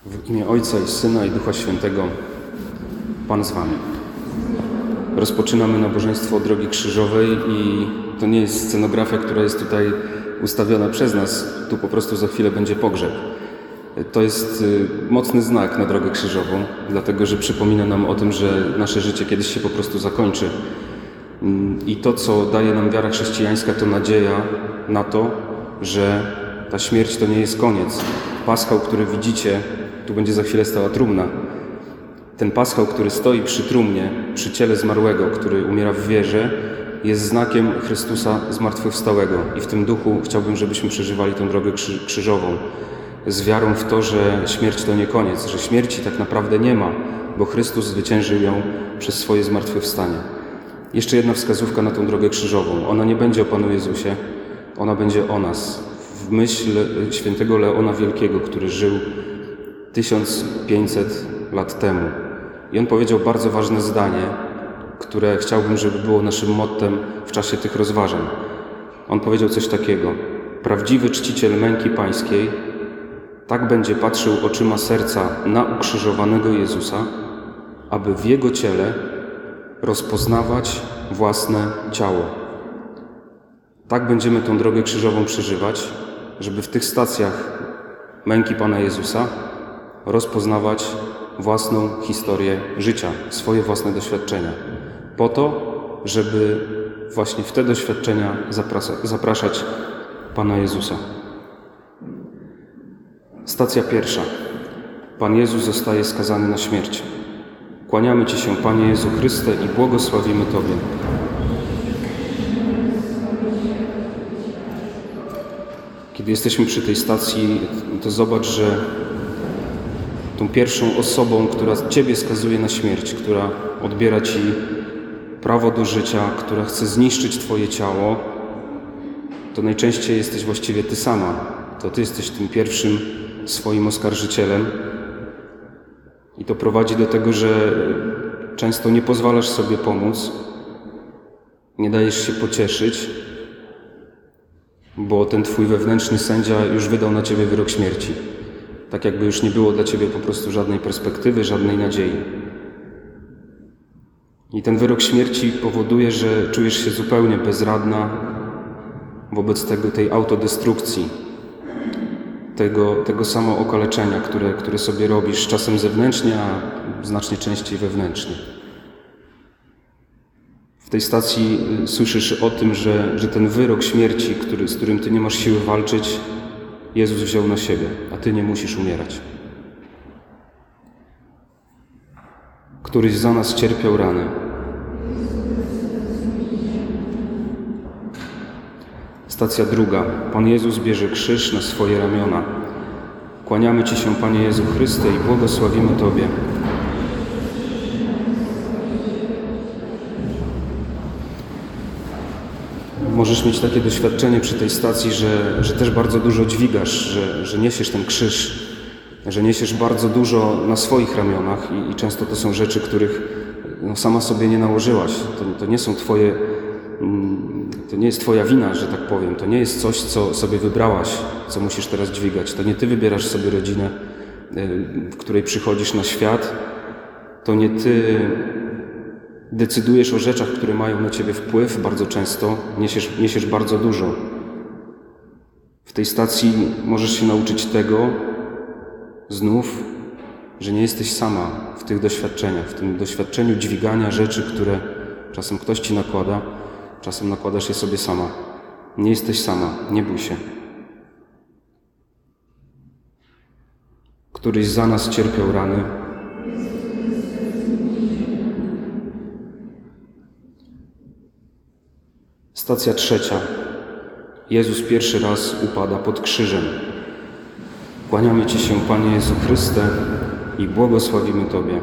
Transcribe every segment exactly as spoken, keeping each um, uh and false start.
W imię Ojca i Syna i Ducha Świętego. Pan z Wami. Rozpoczynamy nabożeństwo Drogi Krzyżowej i to nie jest scenografia, która jest tutaj ustawiona przez nas. Tu po prostu za chwilę będzie pogrzeb. To jest mocny znak na Drogę Krzyżową, dlatego że przypomina nam o tym, że nasze życie kiedyś się po prostu zakończy. I to, co daje nam wiara chrześcijańska, to nadzieja na to, że ta śmierć to nie jest koniec. Paschał, który widzicie, tu będzie za chwilę stała trumna. Ten paschał, który stoi przy trumnie, przy ciele zmarłego, który umiera w wierze, jest znakiem Chrystusa zmartwychwstałego. I w tym duchu chciałbym, żebyśmy przeżywali tę drogę krzyżową. Z wiarą w to, że śmierć to nie koniec, że śmierci tak naprawdę nie ma, bo Chrystus zwyciężył ją przez swoje zmartwychwstanie. Jeszcze jedna wskazówka na tą drogę krzyżową. Ona nie będzie o Panu Jezusie, ona będzie o nas. W myśl świętego Leona Wielkiego, który żył tysiąc pięćset lat temu. I on powiedział bardzo ważne zdanie, które chciałbym, żeby było naszym mottem w czasie tych rozważań. On powiedział coś takiego: prawdziwy czciciel męki pańskiej tak będzie patrzył oczyma serca na ukrzyżowanego Jezusa, aby w Jego ciele rozpoznawać własne ciało. Tak będziemy tą drogę krzyżową przeżywać, żeby w tych stacjach męki Pana Jezusa rozpoznawać własną historię życia, swoje własne doświadczenia. Po to, żeby właśnie w te doświadczenia zapraszać Pana Jezusa. Stacja pierwsza. Pan Jezus zostaje skazany na śmierć. Kłaniamy Ci się, Panie Jezu Chryste, i błogosławimy Tobie. Kiedy jesteśmy przy tej stacji, to zobacz, że tą pierwszą osobą, która Ciebie skazuje na śmierć, która odbiera Ci prawo do życia, która chce zniszczyć Twoje ciało, to najczęściej jesteś właściwie Ty sama. To Ty jesteś tym pierwszym swoim oskarżycielem. I to prowadzi do tego, że często nie pozwalasz sobie pomóc, nie dajesz się pocieszyć, bo ten Twój wewnętrzny sędzia już wydał na Ciebie wyrok śmierci. Tak jakby już nie było dla Ciebie po prostu żadnej perspektywy, żadnej nadziei. I ten wyrok śmierci powoduje, że czujesz się zupełnie bezradna wobec tego, tej autodestrukcji, tego, tego samookaleczenia, które, które sobie robisz czasem zewnętrznie, a znacznie częściej wewnętrznie. W tej stacji słyszysz o tym, że, że ten wyrok śmierci, który, z którym Ty nie masz siły walczyć, Jezus wziął na siebie, a Ty nie musisz umierać. Któryś za nas cierpiał rany. Stacja druga. Pan Jezus bierze krzyż na swoje ramiona. Kłaniamy Ci się, Panie Jezu Chryste, i błogosławimy Tobie. Możesz mieć takie doświadczenie przy tej stacji, że, że też bardzo dużo dźwigasz, że, że niesiesz ten krzyż, że niesiesz bardzo dużo na swoich ramionach i, i często to są rzeczy, których no, sama sobie nie nałożyłaś. To, to nie są Twoje, to nie jest Twoja wina, że tak powiem. To nie jest coś, co sobie wybrałaś, co musisz teraz dźwigać. To nie Ty wybierasz sobie rodzinę, w której przychodzisz na świat. To nie Ty decydujesz o rzeczach, które mają na Ciebie wpływ bardzo często. Niesiesz, niesiesz bardzo dużo. W tej stacji możesz się nauczyć tego znów, że nie jesteś sama w tych doświadczeniach, w tym doświadczeniu dźwigania rzeczy, które czasem ktoś Ci nakłada, czasem nakładasz je sobie sama. Nie jesteś sama, nie bój się. Któryś za nas cierpiał rany. Stacja trzecia. Jezus pierwszy raz upada pod krzyżem. Kłaniamy Ci się, Panie Jezu Chryste, i błogosławimy Tobie.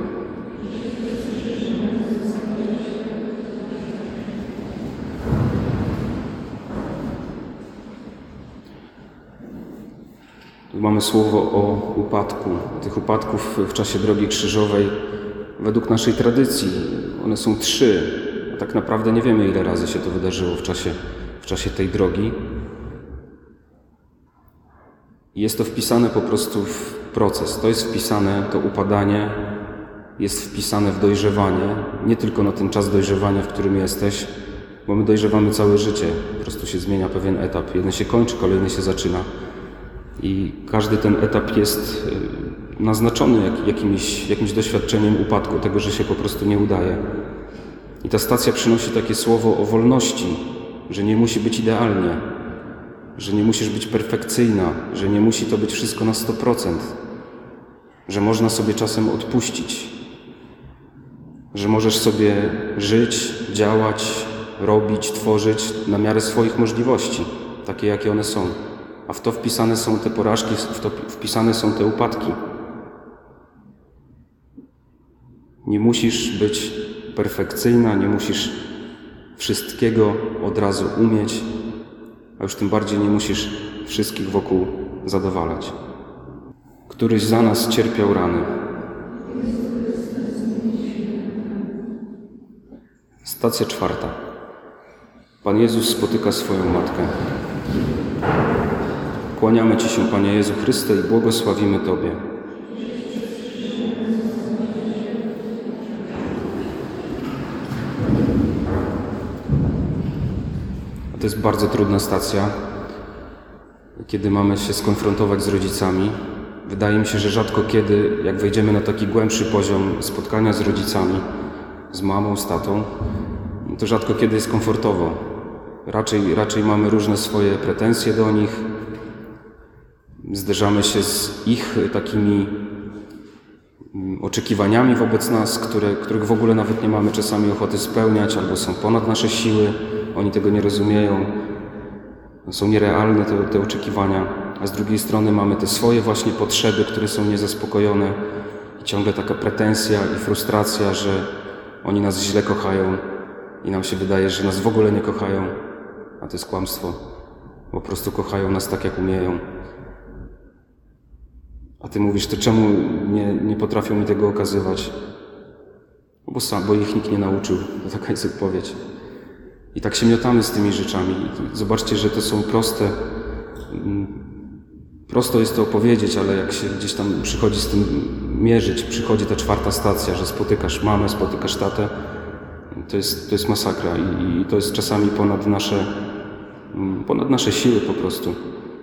Tu mamy słowo o upadku. Tych upadków w czasie Drogi Krzyżowej według naszej tradycji one są trzy. A tak naprawdę nie wiemy, ile razy się to wydarzyło w czasie, w czasie tej drogi. I jest to wpisane po prostu w proces. To jest wpisane, to upadanie jest wpisane w dojrzewanie, nie tylko na ten czas dojrzewania, w którym jesteś, bo my dojrzewamy całe życie. Po prostu się zmienia pewien etap. Jeden się kończy, kolejny się zaczyna. I każdy ten etap jest naznaczony jak, jakimś, jakimś doświadczeniem upadku, tego, że się po prostu nie udaje. I ta stacja przynosi takie słowo o wolności, że nie musi być idealnie, że nie musisz być perfekcyjna, że nie musi to być wszystko na sto procent, że można sobie czasem odpuścić, że możesz sobie żyć, działać, robić, tworzyć na miarę swoich możliwości, takie jakie one są. A w to wpisane są te porażki, w to wpisane są te upadki. Nie musisz być perfekcyjna, nie musisz wszystkiego od razu umieć, a już tym bardziej nie musisz wszystkich wokół zadowalać. Któryś za nas cierpiał rany. Stacja czwarta. Pan Jezus spotyka swoją matkę. Kłaniamy Ci się, Panie Jezu Chryste, i błogosławimy Tobie. To jest bardzo trudna stacja, kiedy mamy się skonfrontować z rodzicami. Wydaje mi się, że rzadko kiedy, jak wejdziemy na taki głębszy poziom spotkania z rodzicami, z mamą, z tatą, to rzadko kiedy jest komfortowo. Raczej, raczej mamy różne swoje pretensje do nich, zderzamy się z ich takimi oczekiwaniami wobec nas, które, których w ogóle nawet nie mamy czasami ochoty spełniać, albo są ponad nasze siły, oni tego nie rozumieją, są nierealne te, te oczekiwania, a z drugiej strony mamy te swoje właśnie potrzeby, które są niezaspokojone i ciągle taka pretensja i frustracja, że oni nas źle kochają i nam się wydaje, że nas w ogóle nie kochają, a to jest kłamstwo. Po prostu kochają nas tak, jak umieją. A Ty mówisz, to czemu nie, nie potrafią mi tego okazywać? Bo, sam, bo ich nikt nie nauczył. To taka jest odpowiedź. I tak się miotamy z tymi rzeczami. Zobaczcie, że to są proste. Prosto jest to opowiedzieć, ale jak się gdzieś tam przychodzi z tym mierzyć, przychodzi ta czwarta stacja, że spotykasz mamę, spotykasz tatę, to jest, to jest masakra i, i to jest czasami ponad nasze, ponad nasze siły po prostu.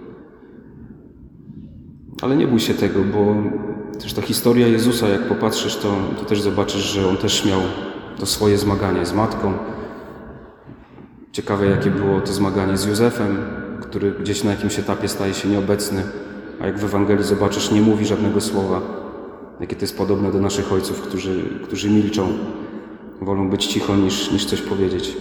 Ale nie bój się tego, bo też ta historia Jezusa, jak popatrzysz, to, to też zobaczysz, że On też miał to swoje zmaganie z matką. Ciekawe, jakie było to zmaganie z Józefem, który gdzieś na jakimś etapie staje się nieobecny, a jak w Ewangelii zobaczysz, nie mówi żadnego słowa. Jakie to jest podobne do naszych ojców, którzy, którzy milczą, wolą być cicho niż, niż coś powiedzieć.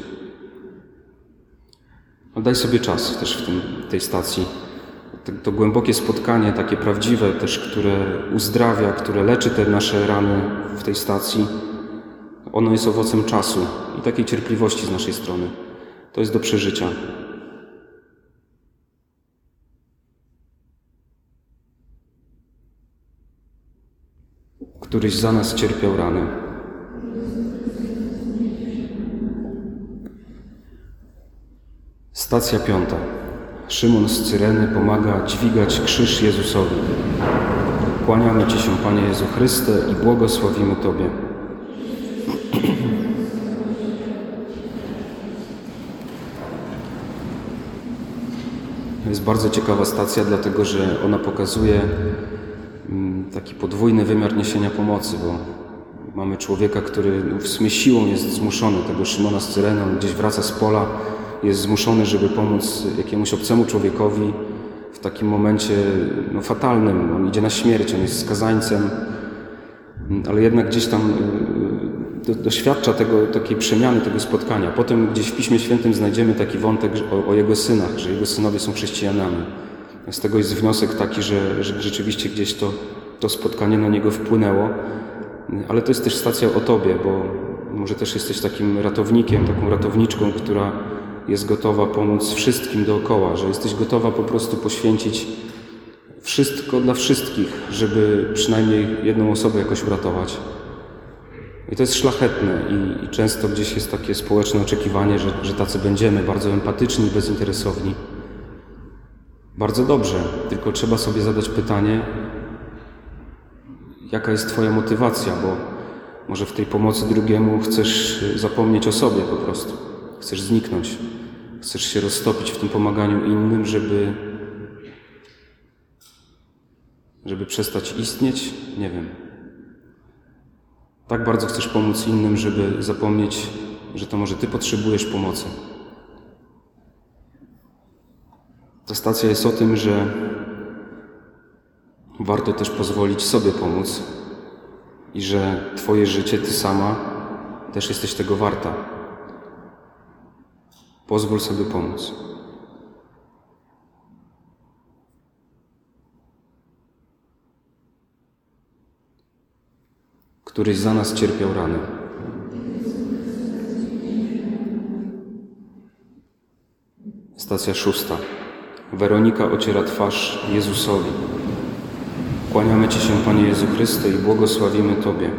Ale daj sobie czas też w tym, tej stacji. To, to głębokie spotkanie, takie prawdziwe też, które uzdrawia, które leczy te nasze rany w tej stacji, ono jest owocem czasu i takiej cierpliwości z naszej strony. To jest do przeżycia. Któryś za nas cierpiał rany. Stacja piąta. Szymon z Cyreny pomaga dźwigać krzyż Jezusowi. Kłaniamy Ci się, Panie Jezu Chryste, i błogosławimy Tobie. To jest bardzo ciekawa stacja, dlatego że ona pokazuje taki podwójny wymiar niesienia pomocy, bo mamy człowieka, który w sumie siłą jest zmuszony, tego Szymona z Cyreny, on gdzieś wraca z pola, jest zmuszony, żeby pomóc jakiemuś obcemu człowiekowi w takim momencie no, fatalnym. On idzie na śmierć, on jest skazańcem, ale jednak gdzieś tam do, doświadcza tego, takiej przemiany, tego spotkania. Potem gdzieś w Piśmie Świętym znajdziemy taki wątek o, o jego synach, że jego synowie są chrześcijanami. Z tego jest wniosek taki, że, że rzeczywiście gdzieś to, to spotkanie na niego wpłynęło. Ale to jest też stacja o Tobie, bo może też jesteś takim ratownikiem, taką ratowniczką, która jest gotowa pomóc wszystkim dookoła, że jesteś gotowa po prostu poświęcić wszystko dla wszystkich, żeby przynajmniej jedną osobę jakoś uratować. I to jest szlachetne i, i często gdzieś jest takie społeczne oczekiwanie, że, że tacy będziemy, bardzo empatyczni, bezinteresowni. Bardzo dobrze, tylko trzeba sobie zadać pytanie, jaka jest Twoja motywacja, bo może w tej pomocy drugiemu chcesz zapomnieć o sobie po prostu. Chcesz zniknąć. Chcesz się roztopić w tym pomaganiu innym, żeby, żeby przestać istnieć? Nie wiem. Tak bardzo chcesz pomóc innym, żeby zapomnieć, że to może Ty potrzebujesz pomocy. Ta stacja jest o tym, że warto też pozwolić sobie pomóc i że Twoje życie, Ty sama, też jesteś tego warta. Pozwól sobie pomóc. Któryś za nas cierpiał rany. Stacja szósta. Weronika ociera twarz Jezusowi. Kłaniamy Ci się, Panie Jezu Chryste, i błogosławimy Tobie.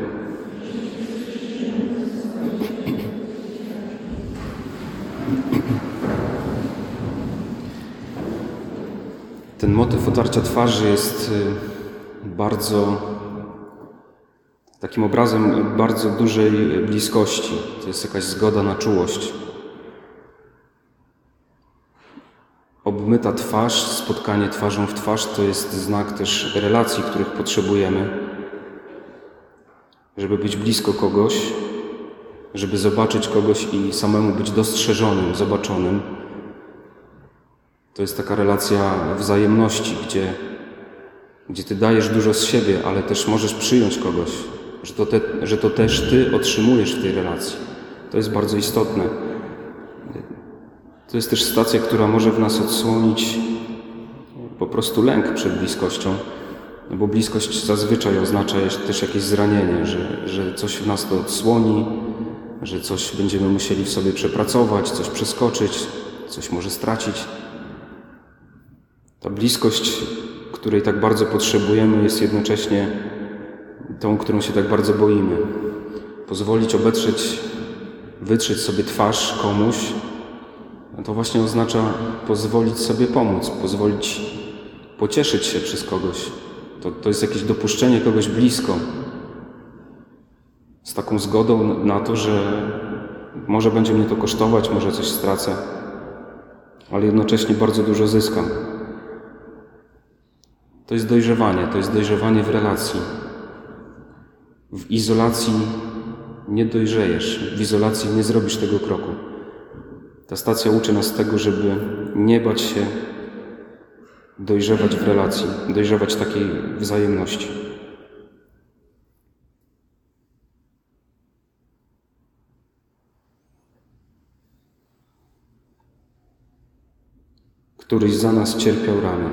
Ten motyw otarcia twarzy jest bardzo takim obrazem bardzo dużej bliskości. To jest jakaś zgoda na czułość. Obmyta twarz, spotkanie twarzą w twarz to jest znak też relacji, których potrzebujemy, żeby być blisko kogoś, żeby zobaczyć kogoś i samemu być dostrzeżonym, zobaczonym. To jest taka relacja wzajemności, gdzie, gdzie Ty dajesz dużo z siebie, ale też możesz przyjąć kogoś, że to, te, że to też Ty otrzymujesz w tej relacji. To jest bardzo istotne. To jest też stacja, która może w nas odsłonić po prostu lęk przed bliskością, no bo bliskość zazwyczaj oznacza też jakieś zranienie, że, że coś w nas to odsłoni, że coś będziemy musieli w sobie przepracować, coś przeskoczyć, coś może stracić. Ta bliskość, której tak bardzo potrzebujemy, jest jednocześnie tą, którą się tak bardzo boimy. Pozwolić obetrzeć, wytrzeć sobie twarz komuś, to właśnie oznacza pozwolić sobie pomóc, pozwolić pocieszyć się przez kogoś. To, to jest jakieś dopuszczenie kogoś blisko, z taką zgodą na to, że może będzie mnie to kosztować, może coś stracę, ale jednocześnie bardzo dużo zyskam. To jest dojrzewanie, to jest dojrzewanie w relacji. W izolacji nie dojrzejesz, w izolacji nie zrobisz tego kroku. Ta stacja uczy nas tego, żeby nie bać się dojrzewać w relacji, dojrzewać takiej wzajemności. Któryś za nas cierpiał rany.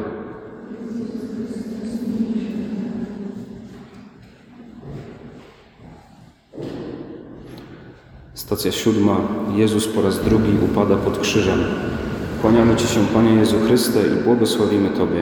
Stacja siódma. Jezus po raz drugi upada pod krzyżem. Kłaniamy Ci się, Panie Jezu Chryste, i błogosławimy Tobie.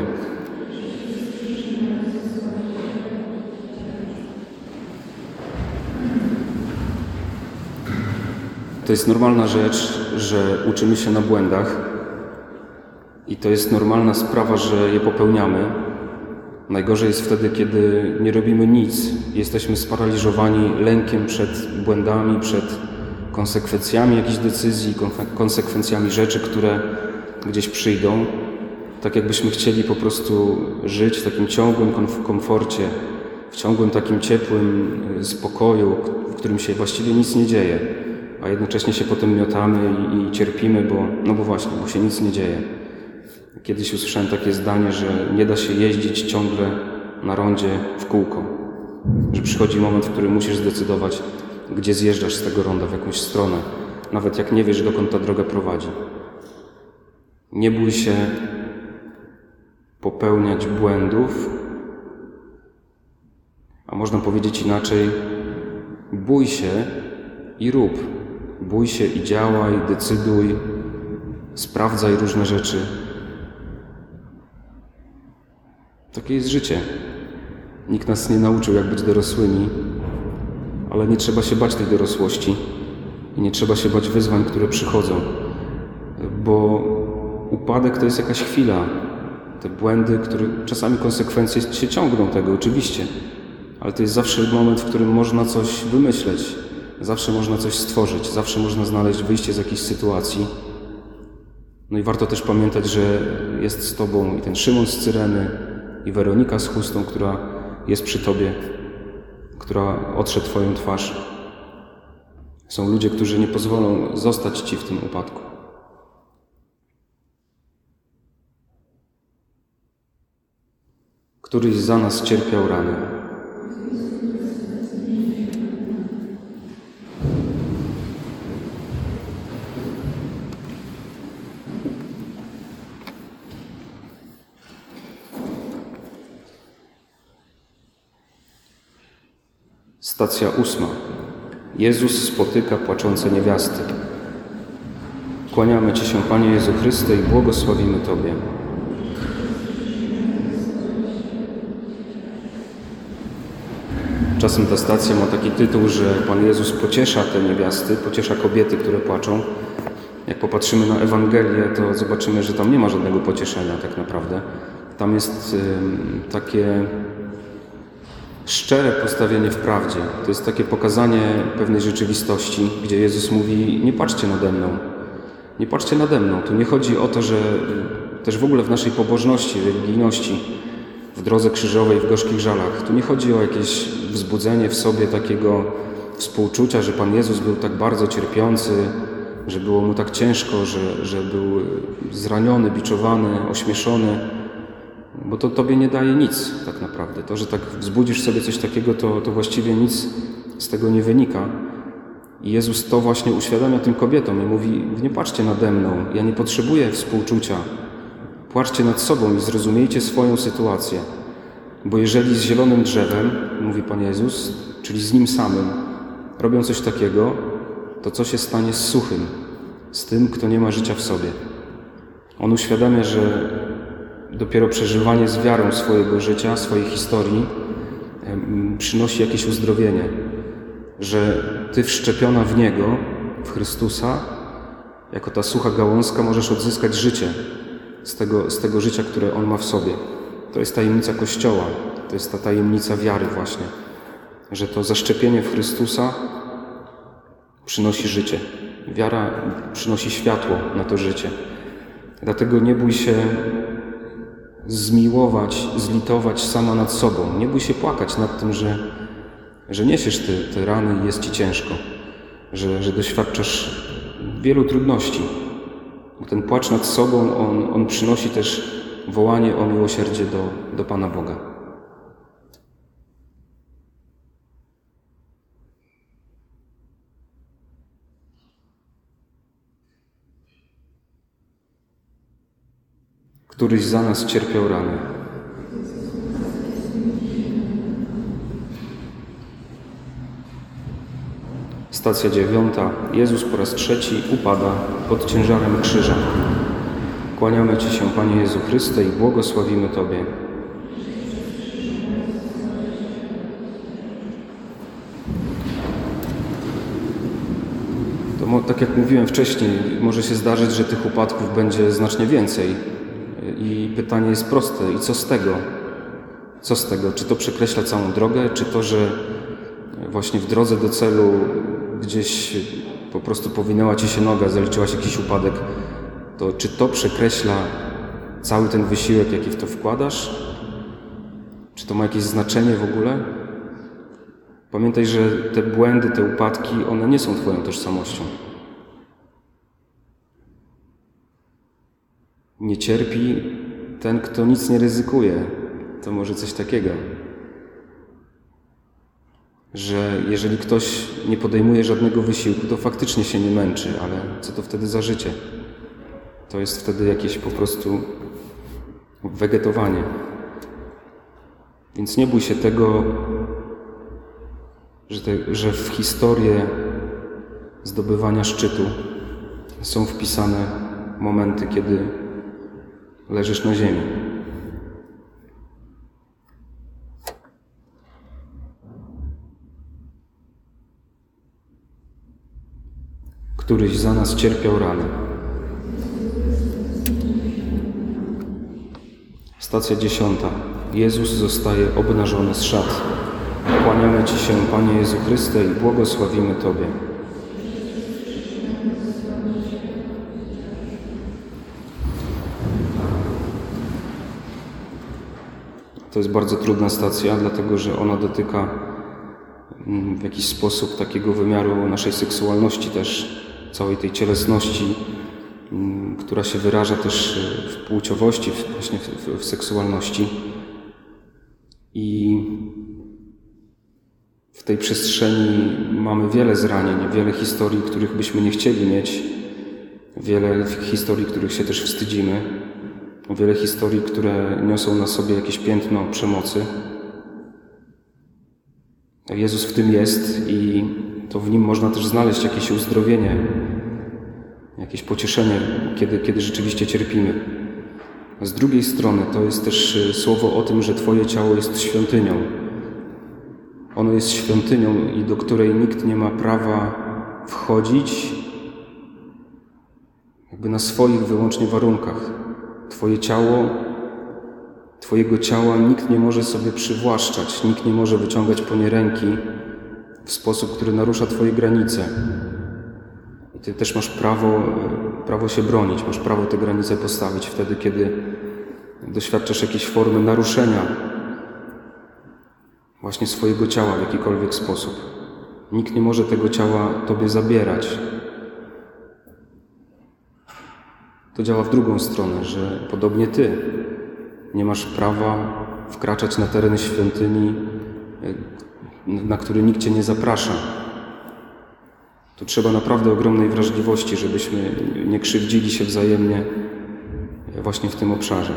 To jest normalna rzecz, że uczymy się na błędach i to jest normalna sprawa, że je popełniamy. Najgorzej jest wtedy, kiedy nie robimy nic. Jesteśmy sparaliżowani lękiem przed błędami, przed konsekwencjami jakichś decyzji, konsekwencjami rzeczy, które gdzieś przyjdą. Tak jakbyśmy chcieli po prostu żyć w takim ciągłym komforcie, w ciągłym takim ciepłym spokoju, w którym się właściwie nic nie dzieje, a jednocześnie się potem miotamy i, i cierpimy, bo, no bo właśnie, bo się nic nie dzieje. Kiedyś usłyszałem takie zdanie, że nie da się jeździć ciągle na rondzie w kółko. Że przychodzi moment, w którym musisz zdecydować, gdzie zjeżdżasz z tego ronda w jakąś stronę, nawet jak nie wiesz, dokąd ta droga prowadzi. Nie bój się popełniać błędów, a można powiedzieć inaczej, bój się i rób. Bój się i działaj, decyduj, sprawdzaj różne rzeczy. Takie jest życie. Nikt nas nie nauczył, jak być dorosłymi, ale nie trzeba się bać tej dorosłości i nie trzeba się bać wyzwań, które przychodzą, bo upadek to jest jakaś chwila. To te błędy, które czasami konsekwencje się ciągną tego, oczywiście. Ale to jest zawsze moment, w którym można coś wymyśleć. Zawsze można coś stworzyć. Zawsze można znaleźć wyjście z jakiejś sytuacji. No i warto też pamiętać, że jest z Tobą i ten Szymon z Cyreny, i Weronika z chustą, która jest przy Tobie, która otrze Twoją twarz. Są ludzie, którzy nie pozwolą zostać Ci w tym upadku. Któryś za nas cierpiał rany. Stacja ósma. Jezus spotyka płaczące niewiasty. Kłaniamy Ci się, Panie Jezu Chryste, i błogosławimy Tobie. Czasem ta stacja ma taki tytuł, że Pan Jezus pociesza te niewiasty, pociesza kobiety, które płaczą. Jak popatrzymy na Ewangelię, to zobaczymy, że tam nie ma żadnego pocieszenia tak naprawdę. Tam jest y, takie szczere postawienie w prawdzie. To jest takie pokazanie pewnej rzeczywistości, gdzie Jezus mówi: nie patrzcie nade mną, nie patrzcie nade mną. Tu nie chodzi o to, że też w ogóle w naszej pobożności, religijności, w drodze krzyżowej, w gorzkich żalach, tu nie chodzi o jakieś wzbudzenie w sobie takiego współczucia, że Pan Jezus był tak bardzo cierpiący, że było Mu tak ciężko, że, że był zraniony, biczowany, ośmieszony. Bo to Tobie nie daje nic tak naprawdę. To, że tak wzbudzisz sobie coś takiego, to, to właściwie nic z tego nie wynika. I Jezus to właśnie uświadamia tym kobietom i mówi: nie patrzcie nade mną, ja nie potrzebuję współczucia. Płaczcie nad sobą i zrozumiejcie swoją sytuację. Bo jeżeli z zielonym drzewem, mówi Pan Jezus, czyli z Nim samym, robią coś takiego, to co się stanie z suchym, z tym, kto nie ma życia w sobie? On uświadamia, że dopiero przeżywanie z wiarą swojego życia, swojej historii przynosi jakieś uzdrowienie. Że Ty wszczepiona w Niego, w Chrystusa, jako ta sucha gałązka możesz odzyskać życie z tego, z tego życia, które On ma w sobie. To jest tajemnica Kościoła, to jest ta tajemnica wiary właśnie, że to zaszczepienie w Chrystusa przynosi życie. Wiara przynosi światło na to życie. Dlatego nie bój się zmiłować, zlitować sama nad sobą. Nie bój się płakać nad tym, że, że niesiesz te, te rany i jest Ci ciężko, że, że doświadczasz wielu trudności. Bo ten płacz nad sobą, on, on przynosi też wołanie o miłosierdzie do, do Pana Boga. Któryś za nas cierpiał rany. Stacja dziewiąta. Jezus po raz trzeci upada pod ciężarem krzyża. Kłaniamy Ci się, Panie Jezu Chryste, i błogosławimy Tobie. To, tak jak mówiłem wcześniej, może się zdarzyć, że tych upadków będzie znacznie więcej. I pytanie jest proste. I co z tego? Co z tego? Czy to przekreśla całą drogę? Czy to, że właśnie w drodze do celu gdzieś po prostu powinęła Ci się noga, zaliczyłaś jakiś upadek, to czy to przekreśla cały ten wysiłek, jaki w to wkładasz? Czy to ma jakieś znaczenie w ogóle? Pamiętaj, że te błędy, te upadki, one nie są Twoją tożsamością. Nie cierpi ten, kto nic nie ryzykuje. To może coś takiego, że jeżeli ktoś nie podejmuje żadnego wysiłku, to faktycznie się nie męczy, ale co to wtedy za życie? To jest wtedy jakieś po prostu wegetowanie. Więc nie bój się tego, że, te, że w historię zdobywania szczytu są wpisane momenty, kiedy leżysz na ziemi. Któryś za nas cierpiał rany. Stacja dziesiąta. Jezus zostaje obnażony z szat. Kłaniamy Ci się, Panie Jezu Chryste, i błogosławimy Tobie. To jest bardzo trudna stacja, dlatego że ona dotyka w jakiś sposób takiego wymiaru naszej seksualności też, całej tej cielesności, która się wyraża też w płciowości, właśnie w, w, w seksualności. I w tej przestrzeni mamy wiele zranień, wiele historii, których byśmy nie chcieli mieć, wiele historii, których się też wstydzimy, wiele historii, które niosą na sobie jakieś piętno przemocy. Jezus w tym jest i to w Nim można też znaleźć jakieś uzdrowienie, jakieś pocieszenie, kiedy, kiedy rzeczywiście cierpimy. Z drugiej strony to jest też słowo o tym, że Twoje ciało jest świątynią. Ono jest świątynią i do której nikt nie ma prawa wchodzić jakby na swoich wyłącznie warunkach. Twoje ciało, Twojego ciała nikt nie może sobie przywłaszczać, nikt nie może wyciągać po nie ręki w sposób, który narusza Twoje granice. I Ty też masz prawo, prawo się bronić, masz prawo te granice postawić wtedy, kiedy doświadczasz jakiejś formy naruszenia właśnie swojego ciała w jakikolwiek sposób. Nikt nie może tego ciała Tobie zabierać. To działa w drugą stronę, że podobnie Ty nie masz prawa wkraczać na teren świątyni, na który nikt Cię nie zaprasza. Tu trzeba naprawdę ogromnej wrażliwości, żebyśmy nie krzywdzili się wzajemnie właśnie w tym obszarze.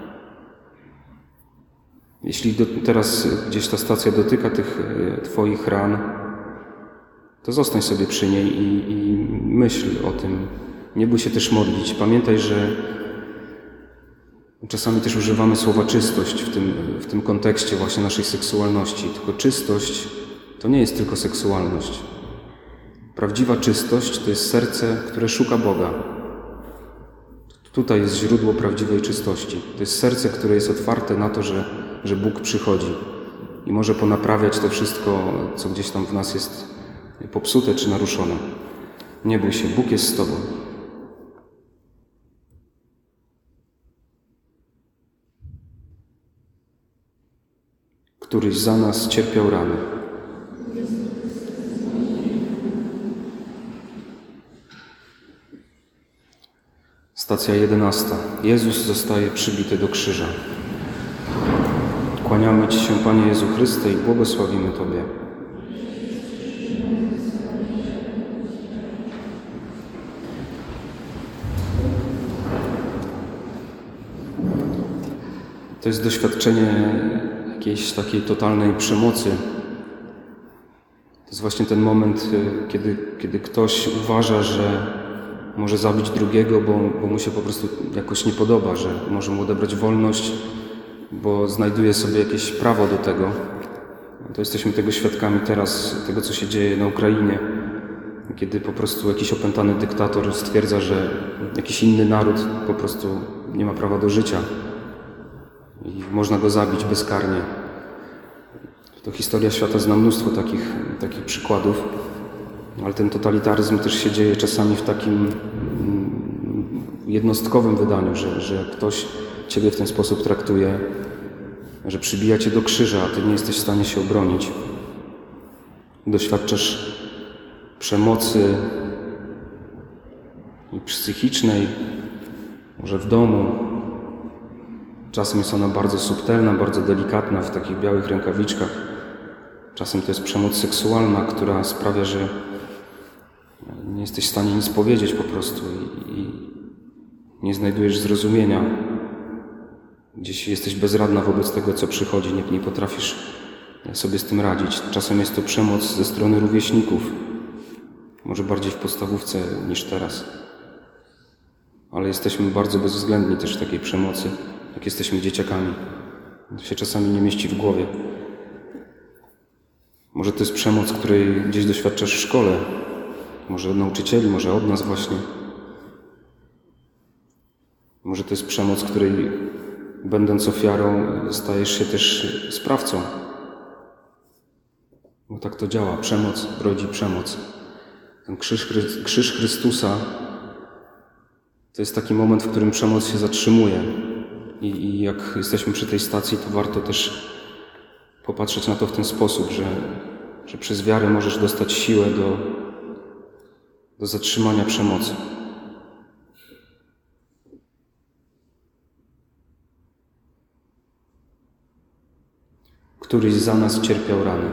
Jeśli do, teraz gdzieś ta stacja dotyka tych Twoich ran, to zostań sobie przy niej i, i myśl o tym. Nie bój się też modlić. Pamiętaj, że czasami też używamy słowa czystość w tym, w tym kontekście właśnie naszej seksualności. Tylko czystość to nie jest tylko seksualność. Prawdziwa czystość to jest serce, które szuka Boga. Tutaj jest źródło prawdziwej czystości. To jest serce, które jest otwarte na to, że, że Bóg przychodzi i może ponaprawiać to wszystko, co gdzieś tam w nas jest popsute czy naruszone. Nie bój się, Bóg jest z Tobą. Któryś za nas cierpiał rany. Stacja jedenasta. Jezus zostaje przybity do krzyża. Kłaniamy Ci się, Panie Jezu Chryste, i błogosławimy Tobie. To jest doświadczenie jakiejś takiej totalnej przemocy. To jest właśnie ten moment, kiedy, kiedy ktoś uważa, że może zabić drugiego, bo, bo mu się po prostu jakoś nie podoba, że może mu odebrać wolność, bo znajduje sobie jakieś prawo do tego. To jesteśmy tego świadkami teraz, tego co się dzieje na Ukrainie, kiedy po prostu jakiś opętany dyktator stwierdza, że jakiś inny naród po prostu nie ma prawa do życia i można go zabić bezkarnie. To historia świata zna mnóstwo takich, takich przykładów, ale ten totalitaryzm też się dzieje czasami w takim jednostkowym wydaniu, że, że ktoś Ciebie w ten sposób traktuje, że przybija Cię do krzyża, a Ty nie jesteś w stanie się obronić. Doświadczasz przemocy i psychicznej, może w domu. Czasem jest ona bardzo subtelna, bardzo delikatna, w takich białych rękawiczkach. Czasem to jest przemoc seksualna, która sprawia, że nie jesteś w stanie nic powiedzieć po prostu i, i nie znajdujesz zrozumienia. Gdzieś jesteś bezradna wobec tego, co przychodzi, nie, nie potrafisz sobie z tym radzić. Czasem jest to przemoc ze strony rówieśników, może bardziej w podstawówce niż teraz. Ale jesteśmy bardzo bezwzględni też w takiej przemocy, jak jesteśmy dzieciakami. To się czasami nie mieści w głowie. Może to jest przemoc, której gdzieś doświadczasz w szkole, może od nauczycieli, może od nas właśnie. Może to jest przemoc, której będąc ofiarą, stajesz się też sprawcą. Bo tak to działa. Przemoc rodzi przemoc. Ten krzyż, krzyż Chrystusa to jest taki moment, w którym przemoc się zatrzymuje. I, I jak jesteśmy przy tej stacji, to warto też popatrzeć na to w ten sposób, że, że przez wiarę możesz dostać siłę do, do zatrzymania przemocy. Któryś za nas cierpiał rany.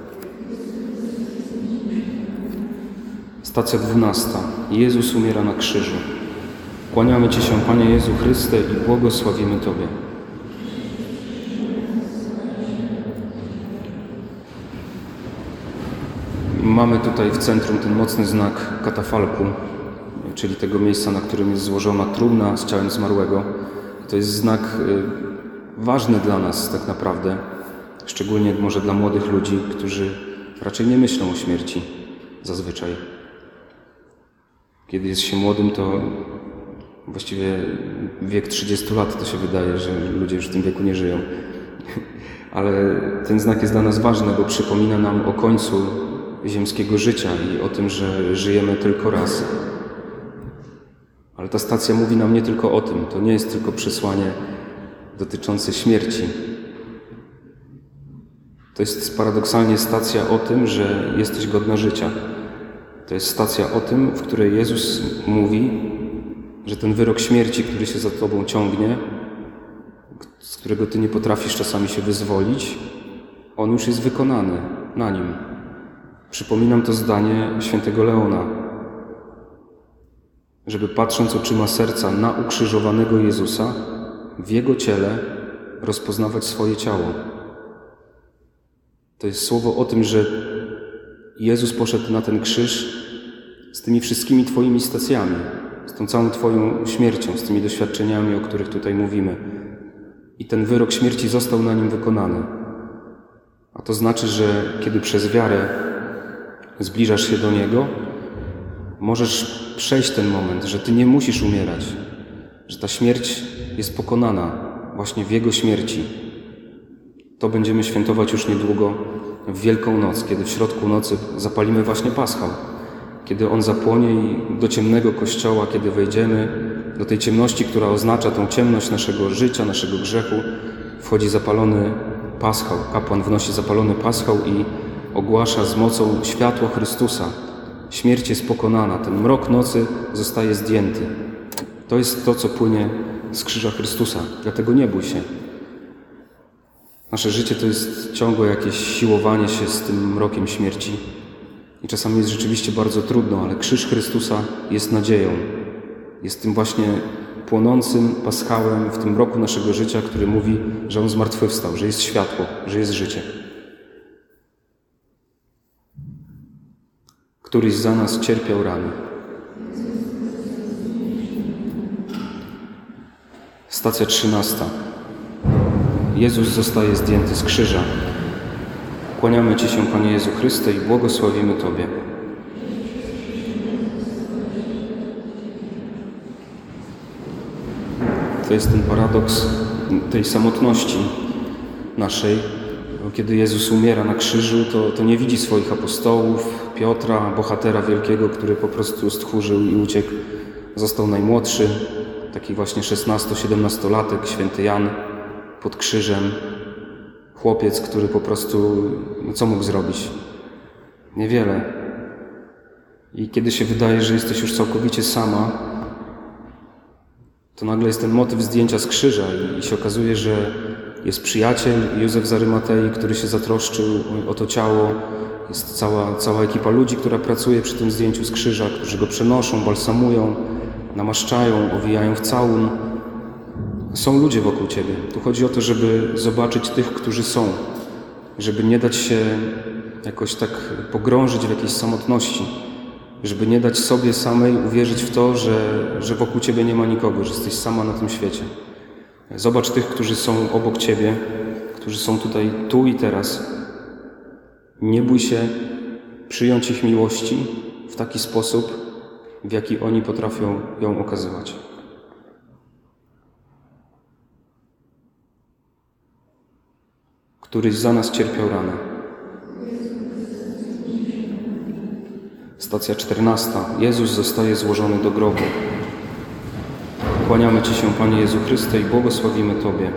Stacja dwunasta. Jezus umiera na krzyżu. Kłaniamy Ci się, Panie Jezu Chryste, i błogosławimy Tobie. Mamy tutaj w centrum ten mocny znak katafalku, czyli tego miejsca, na którym jest złożona trumna z ciałem zmarłego. To jest znak ważny dla nas tak naprawdę, szczególnie może dla młodych ludzi, którzy raczej nie myślą o śmierci zazwyczaj. Kiedy jest się młodym, to właściwie wiek trzydziestu lat to się wydaje, że ludzie już w tym wieku nie żyją. Ale ten znak jest dla nas ważny, bo przypomina nam o końcu ziemskiego życia i o tym, że żyjemy tylko raz. Ale ta stacja mówi nam nie tylko o tym. To nie jest tylko przesłanie dotyczące śmierci. To jest paradoksalnie stacja o tym, że jesteś godna życia. To jest stacja o tym, w której Jezus mówi, że ten wyrok śmierci, który się za Tobą ciągnie, z którego Ty nie potrafisz czasami się wyzwolić, on już jest wykonany na nim. Przypominam to zdanie świętego Leona, żeby patrząc oczyma serca na ukrzyżowanego Jezusa, w Jego ciele rozpoznawać swoje ciało. To jest słowo o tym, że Jezus poszedł na ten krzyż z tymi wszystkimi Twoimi stacjami, z tą całą Twoją śmiercią, z tymi doświadczeniami, o których tutaj mówimy. I ten wyrok śmierci został na nim wykonany. A to znaczy, że kiedy przez wiarę zbliżasz się do Niego, możesz przejść ten moment, że Ty nie musisz umierać, że ta śmierć jest pokonana właśnie w Jego śmierci. To będziemy świętować już niedługo w Wielką Noc, kiedy w środku nocy zapalimy właśnie paschał. Kiedy On zapłonie i do ciemnego kościoła, kiedy wejdziemy do tej ciemności, która oznacza tą ciemność naszego życia, naszego grzechu, wchodzi zapalony paschał. Kapłan wnosi zapalony paschał i ogłasza z mocą światło Chrystusa. Śmierć jest pokonana, ten mrok nocy zostaje zdjęty. To jest to, co płynie z krzyża Chrystusa. Dlatego nie bój się. Nasze życie to jest ciągłe jakieś siłowanie się z tym mrokiem śmierci. I czasami jest rzeczywiście bardzo trudno, ale krzyż Chrystusa jest nadzieją. Jest tym właśnie płonącym paschałem w tym mroku naszego życia, który mówi, że On zmartwychwstał, że jest światło, że jest życie. Któryś za nas cierpiał rany. Stacja trzynasta. Jezus zostaje zdjęty z krzyża. Kłaniamy Ci się, Panie Jezu Chryste, i błogosławimy Tobie. To jest ten paradoks tej samotności naszej. Bo kiedy Jezus umiera na krzyżu, to, to nie widzi swoich apostołów, Piotra, bohatera wielkiego, który po prostu stchórzył i uciekł. Został najmłodszy, taki właśnie szesnasto-siedemnastolatek, święty Jan, pod krzyżem. Chłopiec, który po prostu, no co mógł zrobić? Niewiele. I kiedy się wydaje, że jesteś już całkowicie sama, to nagle jest ten motyw zdjęcia z krzyża i, i się okazuje, że jest przyjaciel Józef z Arymatei, który się zatroszczył o to ciało. Jest cała, cała ekipa ludzi, która pracuje przy tym zdjęciu z krzyża, którzy go przenoszą, balsamują, namaszczają, owijają w całun. Są ludzie wokół Ciebie. Tu chodzi o to, żeby zobaczyć tych, którzy są. Żeby nie dać się jakoś tak pogrążyć w jakiejś samotności. Żeby nie dać sobie samej uwierzyć w to, że, że wokół Ciebie nie ma nikogo, że jesteś sama na tym świecie. Zobacz tych, którzy są obok Ciebie, którzy są tutaj, tu i teraz. Nie bój się przyjąć ich miłości w taki sposób, w jaki oni potrafią ją okazywać. któryś za nas cierpiał ranę. Stacja czternasta. Jezus zostaje złożony do grobu. Kłaniamy Ci się, Panie Jezu Chryste, i błogosławimy Tobie.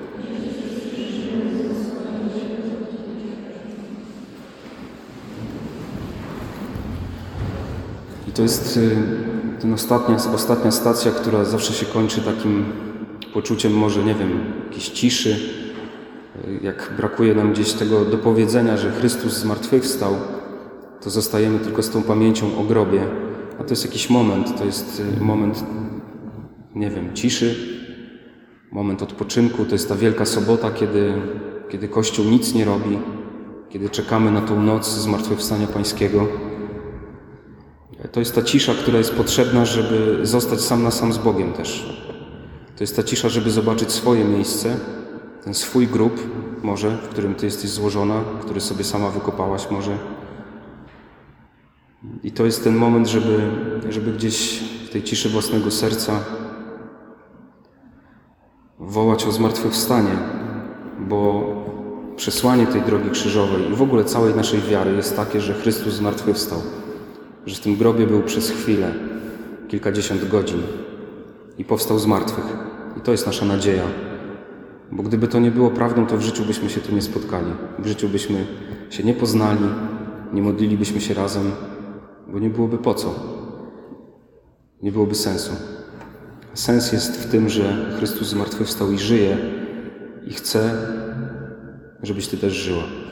I to jest ten ostatnia, ostatnia stacja, która zawsze się kończy takim poczuciem może, nie wiem, jakiejś ciszy. Jak brakuje nam gdzieś tego dopowiedzenia, że Chrystus zmartwychwstał, to zostajemy tylko z tą pamięcią o grobie. A to jest jakiś moment, to jest moment, nie wiem, ciszy, moment odpoczynku. To jest ta Wielka Sobota, kiedy, kiedy Kościół nic nie robi, kiedy czekamy na tą noc zmartwychwstania Pańskiego. To jest ta cisza, która jest potrzebna, żeby zostać sam na sam z Bogiem też. To jest ta cisza, żeby zobaczyć swoje miejsce, ten swój grób może, w którym Ty jesteś złożona, który sobie sama wykopałaś może. I to jest ten moment, żeby, żeby gdzieś w tej ciszy własnego serca wołać o zmartwychwstanie, bo przesłanie tej drogi krzyżowej i w ogóle całej naszej wiary jest takie, że Chrystus zmartwychwstał, że w tym grobie był przez chwilę, kilkadziesiąt godzin i powstał z martwych. I to jest nasza nadzieja. Bo gdyby to nie było prawdą, to w życiu byśmy się tu nie spotkali. W życiu byśmy się nie poznali, nie modlilibyśmy się razem, bo nie byłoby po co. Nie byłoby sensu. Sens jest w tym, że Chrystus zmartwychwstał i żyje i chce, żebyś Ty też żyła.